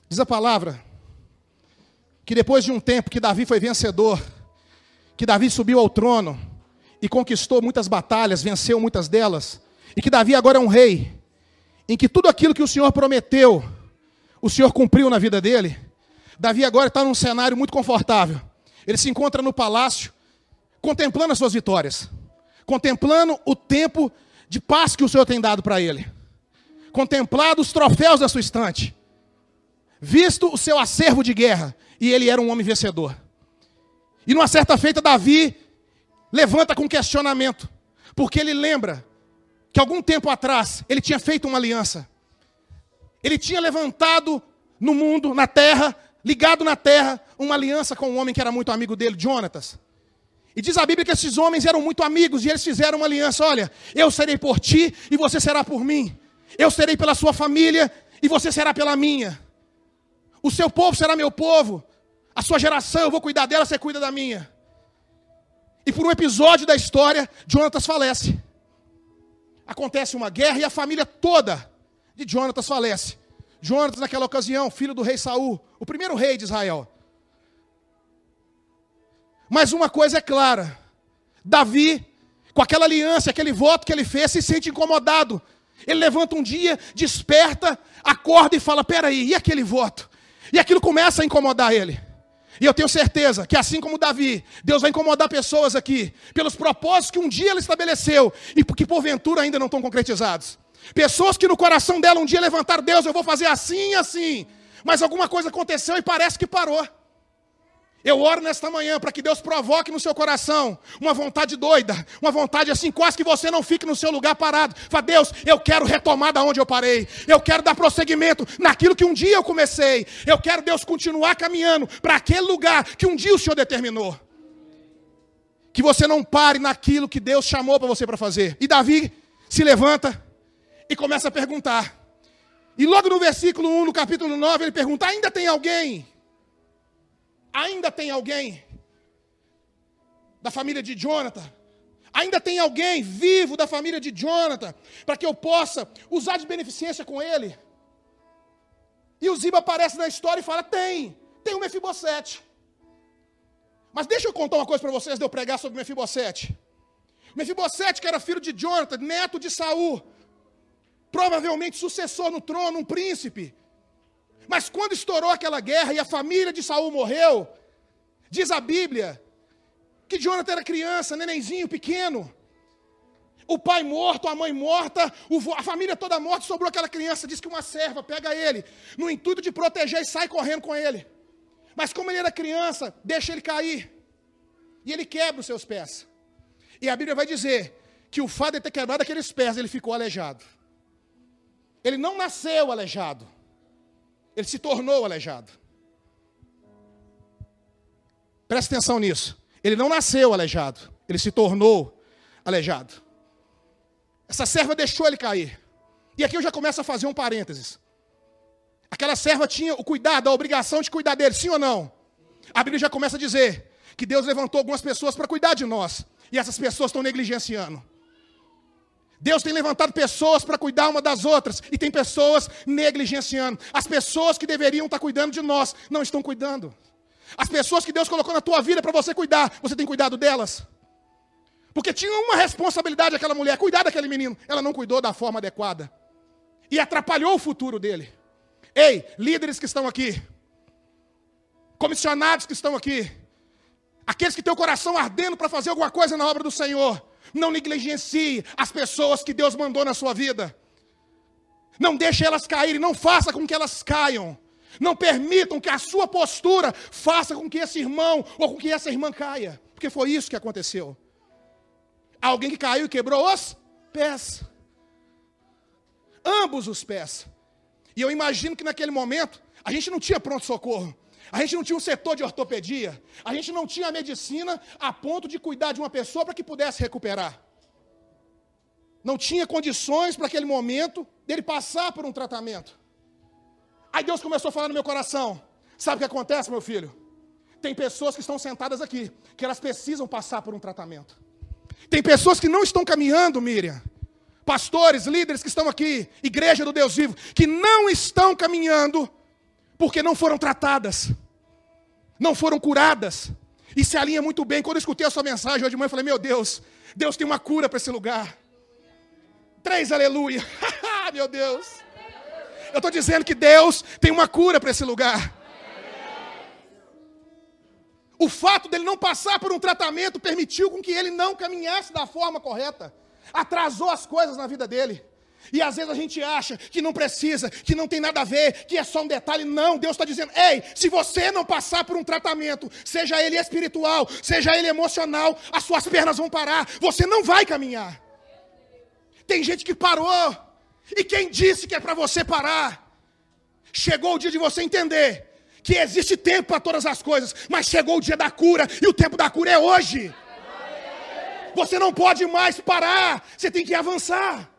Diz a palavra que depois de um tempo que Davi foi vencedor, que Davi subiu ao trono e conquistou muitas batalhas, venceu muitas delas, e que Davi agora é um rei, em que tudo aquilo que o Senhor prometeu, o Senhor cumpriu na vida dele. Davi agora está num cenário muito confortável. Ele se encontra no palácio, contemplando as suas vitórias, contemplando o tempo de paz que o Senhor tem dado para ele, contemplado os troféus da sua estante, visto o seu acervo de guerra, e ele era um homem vencedor. E numa certa feita, Davi levanta com questionamento, porque ele lembra que algum tempo atrás ele tinha feito uma aliança. Ele tinha levantado no mundo, na terra, ligado na terra, uma aliança com um homem que era muito amigo dele, Jonatas. E diz a Bíblia que esses homens eram muito amigos, e eles fizeram uma aliança. Olha, eu serei por ti e você será por mim. Eu serei pela sua família e você será pela minha. O seu povo será meu povo. A sua geração, eu vou cuidar dela, você cuida da minha. E por um episódio da história, Jonatas falece. Acontece uma guerra e a família toda de Jonatas falece. Jonatas, naquela ocasião, filho do rei Saul, o primeiro rei de Israel. Mas uma coisa é clara: Davi, com aquela aliança, aquele voto que ele fez, se sente incomodado. Ele levanta um dia, desperta, acorda e fala: peraí, e aquele voto? E aquilo começa a incomodar ele. E eu tenho certeza que assim como Davi, Deus vai incomodar pessoas aqui, pelos propósitos que um dia ele estabeleceu, e que porventura ainda não estão concretizados. Pessoas que no coração dela um dia levantaram: Deus, eu vou fazer assim e assim. Mas alguma coisa aconteceu e parece que parou. Eu oro nesta manhã para que Deus provoque no seu coração uma vontade doida, uma vontade assim, quase que você não fique no seu lugar parado. Fala: Deus, eu quero retomar da onde eu parei. Eu quero dar prosseguimento naquilo que um dia eu comecei. Eu quero, Deus, continuar caminhando para aquele lugar que um dia o Senhor determinou. Que você não pare naquilo que Deus chamou para você para fazer. E Davi se levanta e começa a perguntar. E logo no versículo 1, no capítulo 9, ele pergunta: ainda tem alguém? Ainda tem alguém da família de Jonathan? Ainda tem alguém vivo da família de Jonathan para que eu possa usar de beneficência com ele? E o Ziba aparece na história e fala: tem o Mefibosete. Mas deixa eu contar uma coisa para vocês de eu pregar sobre Mefibosete. Mefibosete, que era filho de Jonathan, neto de Saul, provavelmente sucessor no trono, um príncipe. Mas quando estourou aquela guerra e a família de Saul morreu, diz a Bíblia que Jonathan era criança, nenenzinho, pequeno. O pai morto, a mãe morta, a família toda morta, sobrou aquela criança. Diz que uma serva pega ele, no intuito de proteger, e sai correndo com ele. Mas como ele era criança, deixa ele cair. E ele quebra os seus pés. E a Bíblia vai dizer que o fato de ter quebrado aqueles pés, ele ficou aleijado. Ele não nasceu aleijado. Ele se tornou aleijado. Presta atenção nisso. Ele não nasceu aleijado. Ele se tornou aleijado. Essa serva deixou ele cair. E aqui eu já começo a fazer um parênteses. Aquela serva tinha o cuidado, a obrigação de cuidar dele, sim ou não? A Bíblia já começa a dizer que Deus levantou algumas pessoas para cuidar de nós. E essas pessoas estão negligenciando. Deus tem levantado pessoas para cuidar uma das outras, e tem pessoas negligenciando. As pessoas que deveriam estar cuidando de nós, não estão cuidando. As pessoas que Deus colocou na tua vida para você cuidar, você tem cuidado delas? Porque tinha uma responsabilidade aquela mulher, cuidar daquele menino. Ela não cuidou da forma adequada. E atrapalhou o futuro dele. Ei, líderes que estão aqui, comissionados que estão aqui, aqueles que têm o coração ardendo para fazer alguma coisa na obra do Senhor, não negligencie as pessoas que Deus mandou na sua vida. Não deixe elas caírem, não faça com que elas caiam. Não permitam que a sua postura faça com que esse irmão ou com que essa irmã caia. Porque foi isso que aconteceu. Alguém que caiu e quebrou os pés. Ambos os pés. E eu imagino que naquele momento, a gente não tinha pronto-socorro. A gente não tinha um setor de ortopedia. A gente não tinha a medicina a ponto de cuidar de uma pessoa para que pudesse recuperar. Não tinha condições para aquele momento dele passar por um tratamento. Aí Deus começou a falar no meu coração: sabe o que acontece, meu filho? Tem pessoas que estão sentadas aqui, que elas precisam passar por um tratamento. Tem pessoas que não estão caminhando, Miriam. Pastores, líderes que estão aqui, igreja do Deus vivo, que não estão caminhando porque não foram tratadas, não foram curadas. E se alinha muito bem. Quando eu escutei a sua mensagem hoje de manhã, eu falei, meu Deus, Deus tem uma cura para esse lugar. 3 aleluia. Meu Deus. Eu estou dizendo que Deus tem uma cura para esse lugar. O fato dele não passar por um tratamento permitiu com que ele não caminhasse da forma correta. Atrasou as coisas na vida dele. E às vezes a gente acha que não precisa, que não tem nada a ver, que é só um detalhe. Não, Deus está dizendo, ei, se você não passar por um tratamento, seja ele espiritual, seja ele emocional, as suas pernas vão parar, você não vai caminhar. Tem gente que parou, e quem disse que é para você parar? Chegou o dia de você entender que existe tempo para todas as coisas, mas chegou o dia da cura, e o tempo da cura é hoje. Você não pode mais parar, você tem que avançar.